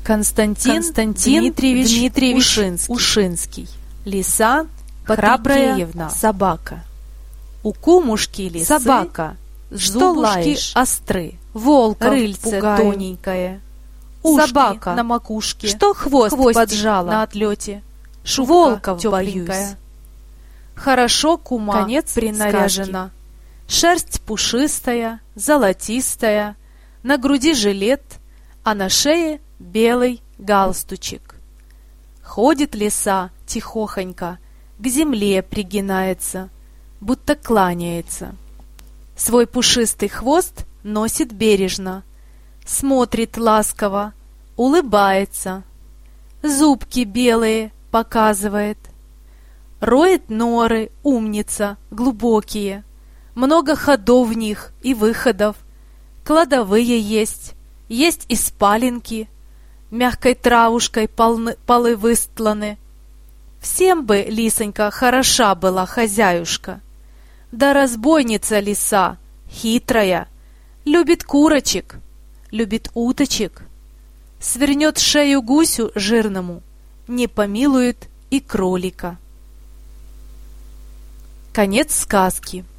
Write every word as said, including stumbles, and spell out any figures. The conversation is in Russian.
Константин, Константин Дмитриевич, Дмитриевич Ушинский. Ушинский. Лиса храбрая собака. У кумушки лисы собака, зубушки остры, волка рыльце тоненькое, ушки собака на макушке, что хвост поджала на отлете, шубка волков боюсь. Хорошо кума конец принаряжена, шерсть пушистая, золотистая, на груди жилет, а на шее белый галстучек. Ходит лиса тихохонько, к земле пригинается, будто кланяется. Свой пушистый хвост носит бережно, смотрит ласково, улыбается, зубки белые показывает. Роет норы, умница, глубокие, много ходов в них и выходов, кладовые есть, есть и спаленки, мягкой травушкой полны, полы выстланы. Всем бы, лисонька, хороша была хозяюшка. Да разбойница лиса, хитрая, любит курочек, любит уточек. Свернет шею гусю жирному, не помилует и кролика. Конец сказки.